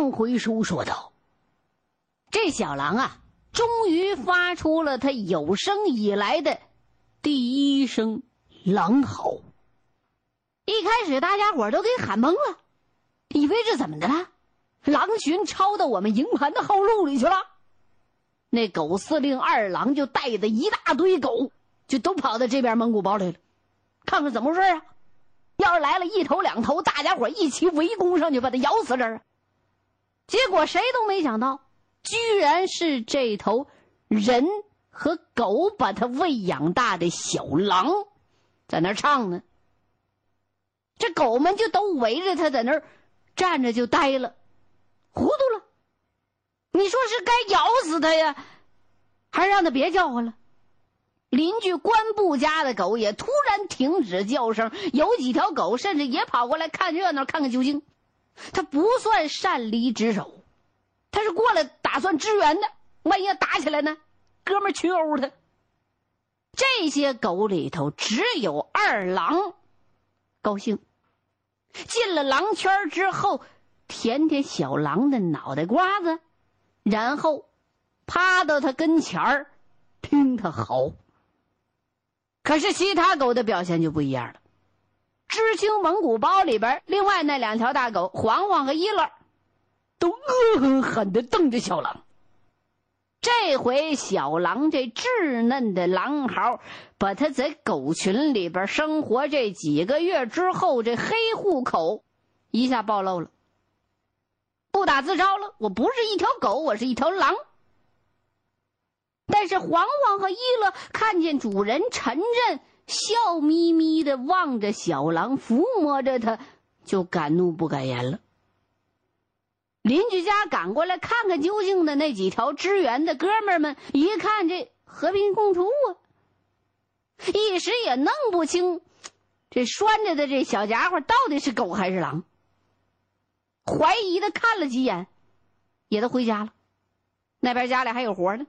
忙回书说道：“这小狼啊，终于发出了他有生以来的第一声狼嚎。”一开始大家伙都给喊懵了，以为这怎么的了？狼群抄到我们营盘的后路里去了。那狗司令二郎就带着一大堆狗，就都跑到这边蒙古包来了，看看怎么回事啊？要是来了一头两头，大家伙一起围攻上去，把它咬死这儿。结果谁都没想到，居然是这头人和狗把它喂养大的小狼，在那儿唱呢。这狗们就都围着他在那儿站着就呆了，糊涂了。你说是该咬死他呀，还是让他别叫唤了？邻居关部家的狗也突然停止叫声，有几条狗甚至也跑过来看热闹，看看究竟。他不算擅离职守，他是过来打算支援的，万一要打起来呢，哥们儿群殴他。这些狗里头只有二郎高兴，进了狼圈之后，舔舔小狼的脑袋瓜子，然后趴到他跟前儿听他嚎。可是其他狗的表现就不一样了。知青蒙古包里边另外那两条大狗黄黄和一乐都恶狠狠地瞪着小狼。这回小狼这稚嫩的狼嚎，把他在狗群里边生活这几个月之后这黑户口一下暴露了。不打自招了，我不是一条狗，我是一条狼。但是黄黄和一乐看见主人陈震笑眯眯地望着小狼，抚摸着它，就敢怒不敢言了。邻居家赶过来看看究竟的那几条支援的哥们儿们一看，这和平共处啊，一时也弄不清这拴着的这小家伙到底是狗还是狼，怀疑的看了几眼，也都回家了。那边家里还有活呢。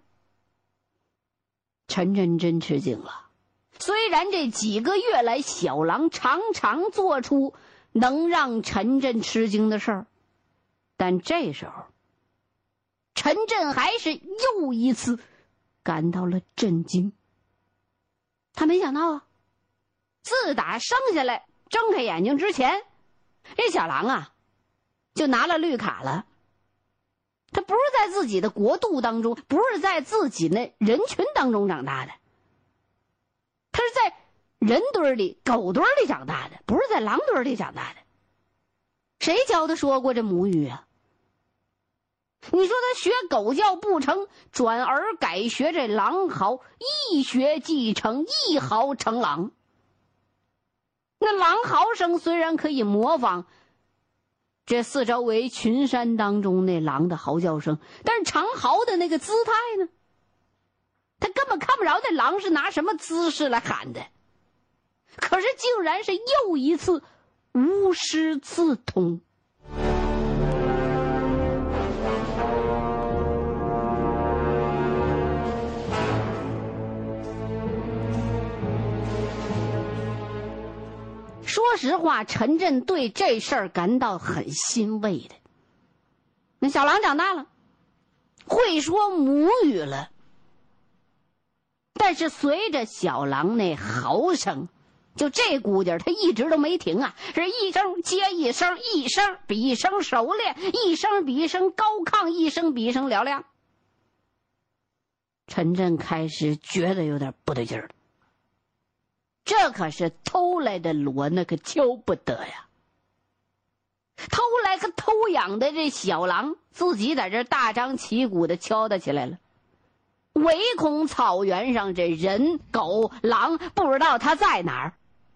陈真真吃惊了，虽然这几个月来小狼常常做出能让陈震吃惊的事儿，但这时候陈震还是又一次感到了震惊。他没想到啊，自打生下来睁开眼睛之前，这小狼啊就拿了绿卡了。他不是在自己的国度当中，不是在自己那人群当中长大的，他是在人堆里狗堆里长大的，不是在狼堆里长大的。谁教他说过这母语啊？你说他学狗叫不成，转而改学这狼嚎，一学即成，一嚎成狼。那狼嚎声虽然可以模仿这四周围群山当中那狼的嚎叫声，但是长嚎的那个姿态呢，他根本看不着那狼是拿什么姿势来喊的，可是竟然是又一次无师自通。说实话，陈震对这事儿感到很欣慰的。那小狼长大了，会说母语了，但是随着小狼那嚎声，就这估计他一直都没停啊，是一声接一声，一声比一声熟练，一声比一声高亢，一声比一声嘹亮。陈震开始觉得有点不对劲儿了。这可是偷来的锣，那可敲不得呀！偷来个偷养的这小狼，自己在这大张旗鼓的敲打起来了，唯恐草原上这人狗狼不知道他在哪儿。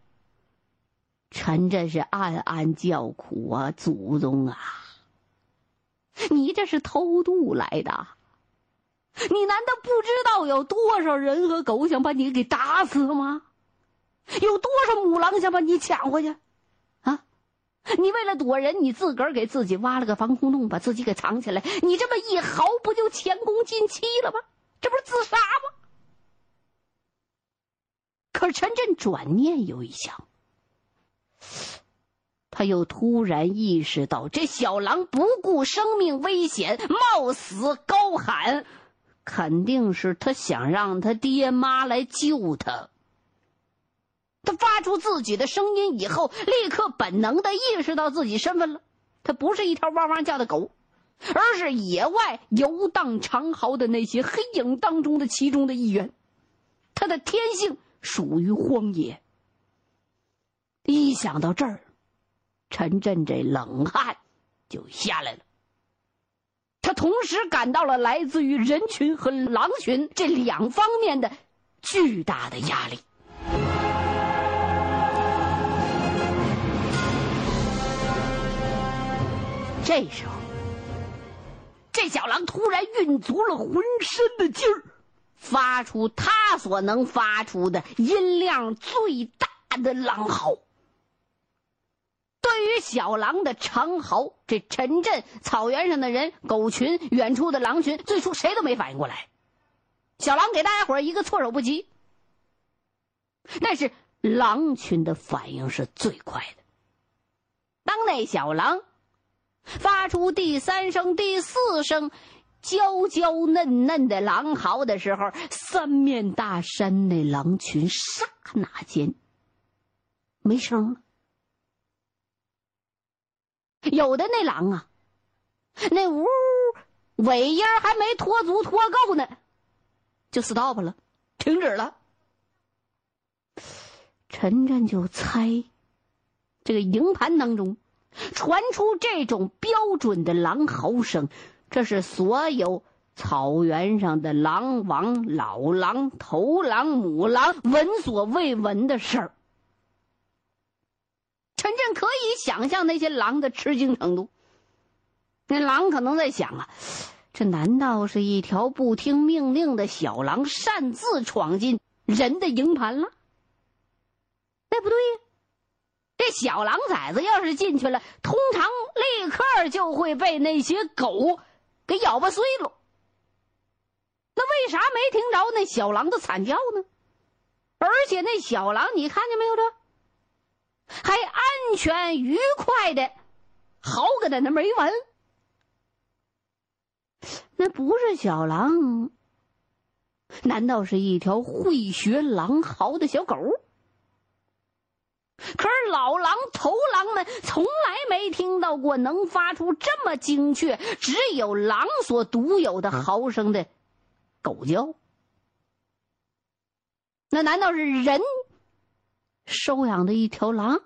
陈震是暗暗叫苦啊，祖宗啊，你这是偷渡来的，你难道不知道有多少人和狗想把你给打死吗？有多少母狼想把你抢回去啊？你为了躲人，你自个儿给自己挖了个防空洞，把自己给藏起来，你这么一嚎，不就前功尽弃了吗？这不是自杀吗？可是陈震转念又一想， 他又突然意识到，这小狼不顾生命危险，冒死高喊，肯定是他想让他爹妈来救他。他发出自己的声音以后，立刻本能地意识到自己身份了，他不是一条汪汪叫的狗，而是野外游荡长嚎的那些黑影当中的其中的一员。他的天性属于荒野。一想到这儿，陈震这冷汗就下来了。他同时感到了来自于人群和狼群这两方面的巨大的压力。这时候，这小狼突然运足了浑身的劲儿，发出他所能发出的音量最大的狼嚎。对于小狼的长嚎，这陈震、草原上的人、狗群、远处的狼群，最初谁都没反应过来。小狼给大家伙一个措手不及，但是狼群的反应是最快的。当那小狼发出第3声、第4声娇娇嫩嫩的狼嚎的时候，三面大山那狼群刹那间没声了。有的那狼啊，那呜尾音还没拖足拖够呢，就 stop 了，停止了。陈震就猜，这个营盘当中传出这种标准的狼嚎声，这是所有草原上的狼王、老狼、头狼、母狼闻所未闻的事儿。陈震可以想象那些狼的吃惊程度。那狼可能在想啊，这难道是一条不听命令的小狼擅自闯进人的营盘了？那不对呀，这小狼崽子要是进去了，通常立刻就会被那些狗给咬巴碎了。那为啥没听着那小狼的惨叫呢？而且那小狼你看见没有，这还安全愉快的嚎个在那没完。那不是小狼，难道是一条会学狼嚎的小狗？可是老狼、头狼们从来没听到过能发出这么精确、只有狼所独有的嚎声的狗叫。那难道是人收养的一条狼？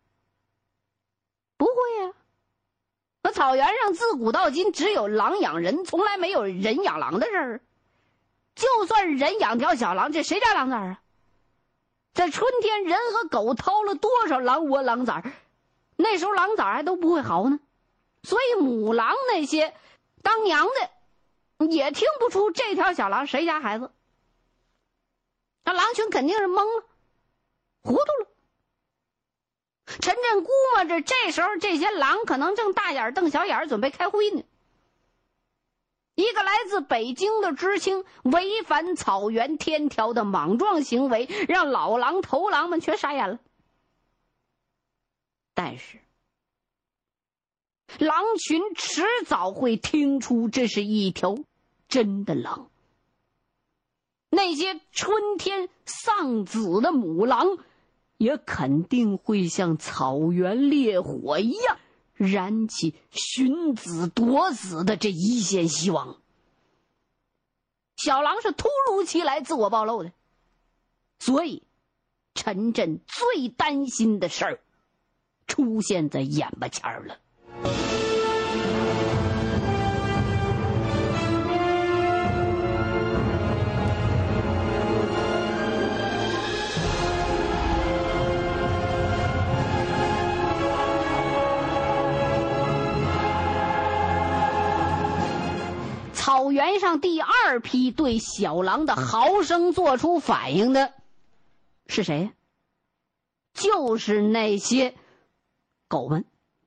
不会呀，那草原上自古到今只有狼养人，从来没有人养狼的事儿。就算人养条小狼，这谁家狼崽儿啊？在春天，人和狗掏了多少狼窝狼崽儿，那时候狼崽儿还都不会嚎呢。所以母狼那些当娘的也听不出这条小狼谁家孩子。那狼群肯定是懵了，糊涂了。陈震估摸着这时候这些狼可能正大眼瞪小眼准备开会呢。一个来自北京的知青违反草原天条的莽撞行为，让老狼头狼们全傻眼了。但是狼群迟早会听出这是一条真的狼。那些春天丧子的母狼也肯定会像草原烈火一样燃起寻子夺子的这一线希望。小狼是突如其来自我暴露的，所以陈震最担心的事儿出现在眼巴前儿了。草原上第2批对小狼的嚎声做出反应的是谁？就是那些狗们。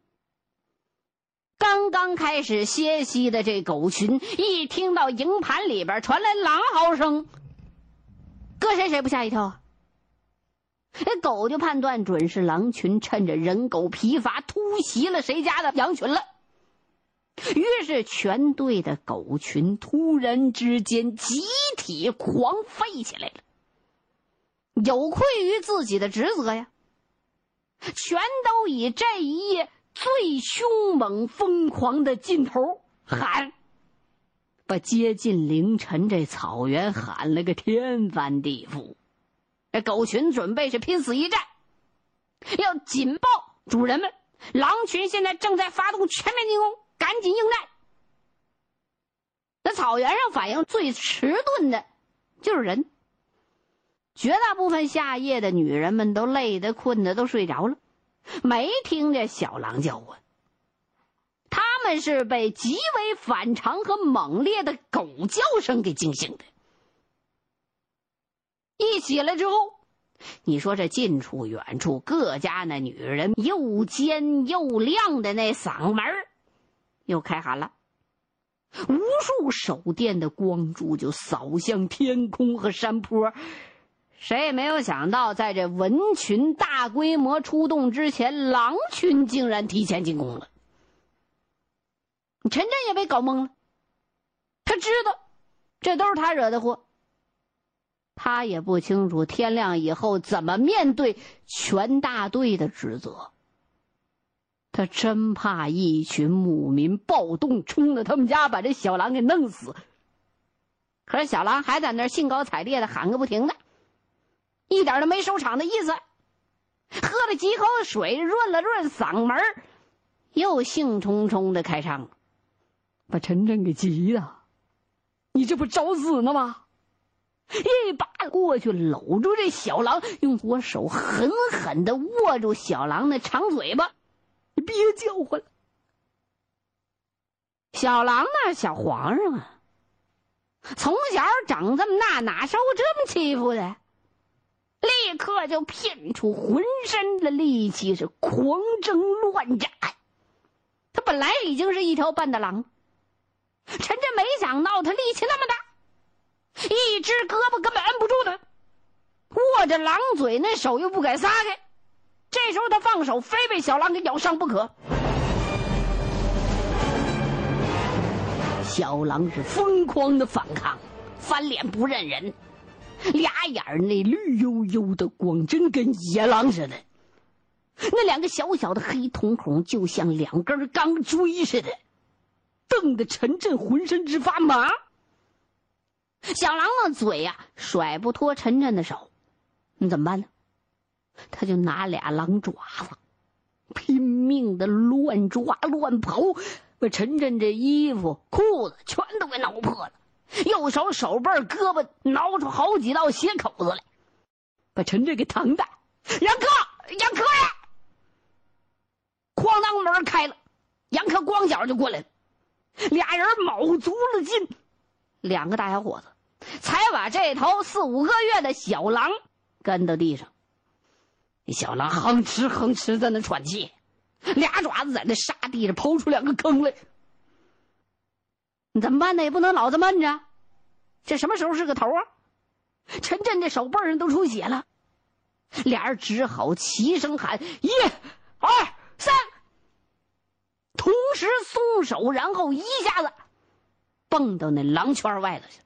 刚刚开始歇息的这狗群，一听到营盘里边传来狼嚎声，搁谁不吓一跳啊？ 这狗就判断准是狼群趁着人狗疲乏突袭了谁家的羊群了。于是全队的狗群突然之间集体狂吠起来了，有愧于自己的职责呀，全都以这一夜最凶猛疯狂的劲头喊，把接近凌晨这草原喊了个天翻地覆。这狗群准备是拼死一战，要紧报主人们，狼群现在正在发动全面进攻，赶紧应战。那草原上反应最迟钝的就是人，绝大部分下夜的女人们都累得困得都睡着了，没听见小狼叫唤。他们是被极为反常和猛烈的狗叫声给惊醒的。一起来之后，你说这近处远处各家那女人又尖又亮的那嗓门又开喊了，无数手电的光柱就扫向天空和山坡。谁也没有想到，在这蚊群大规模出动之前，狼群竟然提前进攻了。陈震也被搞懵了，他知道这都是他惹的祸，他也不清楚天亮以后怎么面对全大队的职责。他真怕一群牧民暴动冲了他们家，把这小狼给弄死。可是小狼还在那儿兴高采烈的喊个不停的，一点都没收场的意思。喝了几口水，润了润嗓门，又兴冲冲的开唱了，把陈震给急的，你这不找死呢吗？一把过去搂住这小狼，用左手狠狠地握住小狼那长嘴巴，你别叫唤了。小狼那小皇上啊，从小长这么大，哪受这么欺负的？立刻就拼出浑身的力气，是狂征乱战。他本来已经是一条半大狼，陈震没想到他力气那么大，一只胳膊根本摁不住他，握着狼嘴那手又不敢撒开，这时候他放手，非被小狼给咬伤不可。小狼是疯狂的反抗，翻脸不认人，俩眼儿那绿油油的光，真跟野狼似的。那两个小小的黑瞳孔就像两根钢锥似的，瞪得陈震浑身直发麻。小狼的嘴呀，甩不脱陈震的手，你怎么办呢？他就拿俩狼爪子拼命的乱抓乱刨，把陈震这衣服裤子全都给挠破了，右手手背胳膊挠出好几道血口子来，把陈震给疼的杨克呀！哐当门开了，杨克光脚就过来了，俩人卯足了劲，两个大小伙子才把这头4、5个月的小狼干到地上。小狼哼哧哼哧在那喘气，俩爪子在那沙地上刨出两个坑来。你怎么办呢？也不能老这么闷着，这什么时候是个头啊？陈震这手背上都出血了，俩人只好齐声喊1、2、3，同时松手，然后一下子蹦到那狼圈外头去。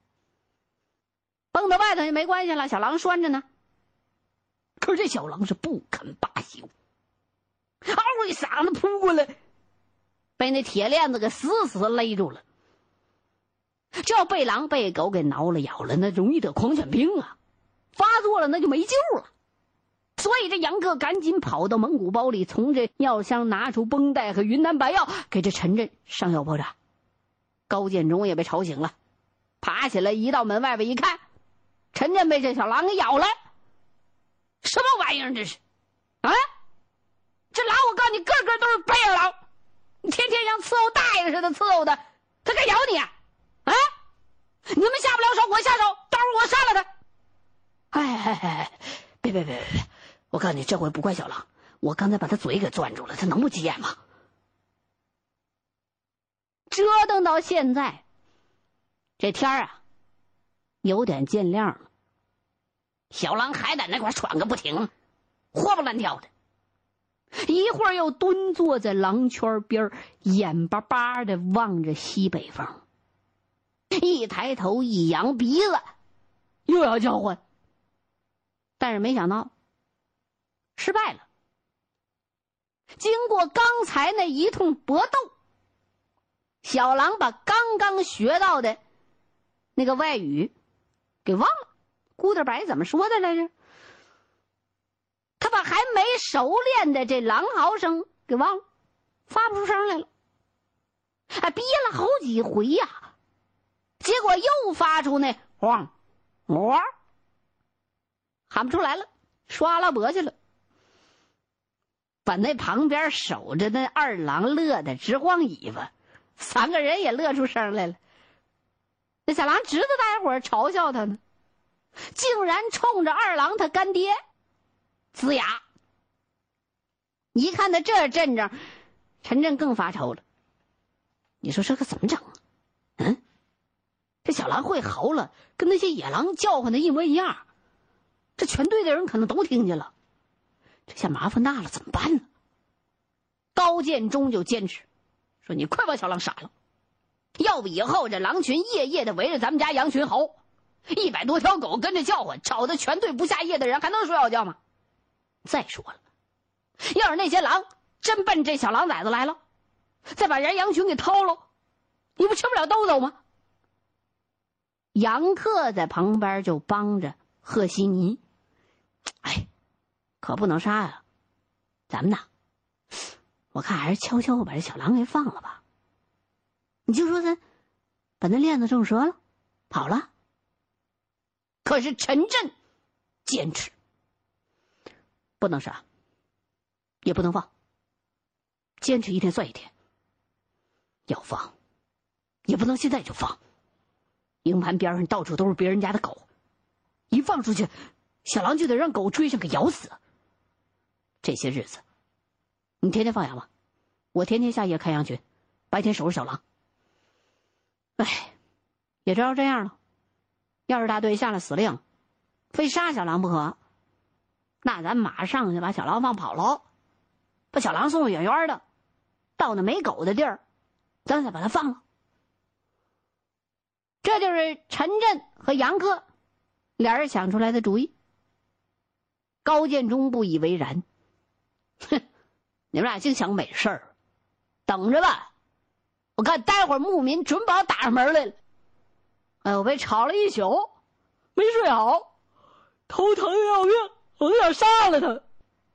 蹦到外头也没关系了，小狼拴着呢。可是这小狼是不肯罢休，嗷一嗓子扑过来，被那铁链子给死死勒住了。这要被狼被狗给挠了咬了，那容易得狂犬病啊，发作了那就没救了。所以这杨克赶紧跑到蒙古包里，从这药箱拿出绷带和云南白药，给这陈震上药包扎。高建中也被吵醒了，爬起来一到门外边一看，陈震被这小狼给咬了。什么玩意儿这是啊？这狼我告诉你，个个都是白眼狼，你天天像伺候大爷似的伺候的，他敢咬你啊？你们下不了手，我下手，待会儿我杀了他。别，我告诉你，这回不怪小狼，我刚才把他嘴给攥住了，他能不急眼吗？折腾到现在，这天啊有点见亮了。 小狼还在那块喘个不停，活蹦乱跳的。一会儿又蹲坐在狼圈边，眼巴巴的望着西北方，一抬头一扬鼻子，又要叫唤。但是没想到失败了。经过刚才那一通搏斗，小狼把刚刚学到的那个外语给忘了。古德白怎么说的来着？他把还没熟练的这狼嚎声给忘了，发不出声来了。憋了好几回呀，结果又发出那汪汪，喊不出来了，刷拉脖去了，把那旁边守着那二郎乐得直晃尾巴，三个人也乐出声来了。那小狼知道大家伙嘲笑他呢，竟然冲着二郎他干爹呲牙。一看他这阵仗，陈震更发愁了。你说这可怎么整啊？这小狼会嚎了，跟那些野狼叫唤的一模一样，这全队的人可能都听见了，这下麻烦大了，怎么办呢？高建中就坚持说：“你快把小狼杀了，要不以后这狼群夜夜的围着咱们家羊群嚎，100多条狗跟着叫唤，吵得全队不下夜的人还能睡好觉吗？再说了，要是那些狼真奔这小狼崽子来了，再把人羊群给掏了，你不吃不了兜走吗？”杨克在旁边就帮着贺西尼：“哎，可不能杀呀，咱们呐，我看还是悄悄把这小狼给放了吧。你就说他把那链子挣折了，跑了。”可是陈震坚持，不能杀，也不能放，坚持一天算一天。要放，也不能现在就放。营盘边上到处都是别人家的狗，一放出去，小狼就得让狗追上给咬死。这些日子，你天天放羊吧，我天天下夜看羊群，白天守着小狼。哎，也只有这样了。要是大队下了死令，非杀小狼不可，那咱马上就把小狼放跑了，把小狼送远远的，到那没狗的地儿，咱再把它放了。这就是陈震和杨克俩人想出来的主意。高建中不以为然：“哼，你们俩净想美事儿，等着吧，我看待会儿牧民准把我打上门来了。哎，我被吵了一宿，没睡好，头疼的要命，我都想杀了他。”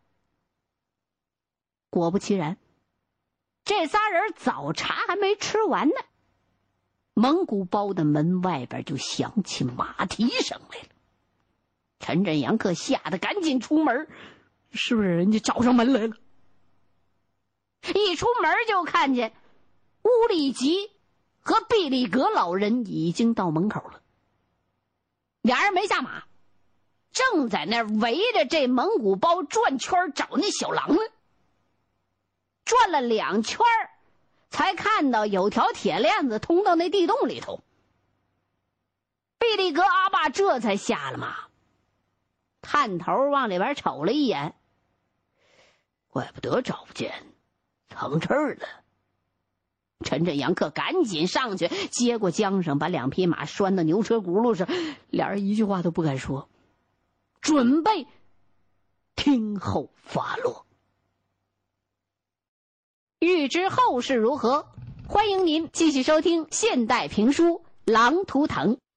果不其然，这仨人早茶还没吃完呢，蒙古包的门外边就响起马蹄声来了。陈震、杨克吓得赶紧出门，是不是人家找上门来了？一出门就看见乌里吉和毕里格老人已经到门口了，俩人没下马，正在那围着这蒙古包转圈找那小狼呢。转了2圈才看到有条铁链子通到那地洞里头。毕里格阿爸这才下了马，探头往里边瞅了一眼，怪不得找不见，成事儿了。陈震、杨克赶紧上去接过缰绳，把2匹马拴到牛车轱辘上，俩人一句话都不敢说，准备听候发落。欲知后事如何，欢迎您继续收听现代评书《狼图腾》。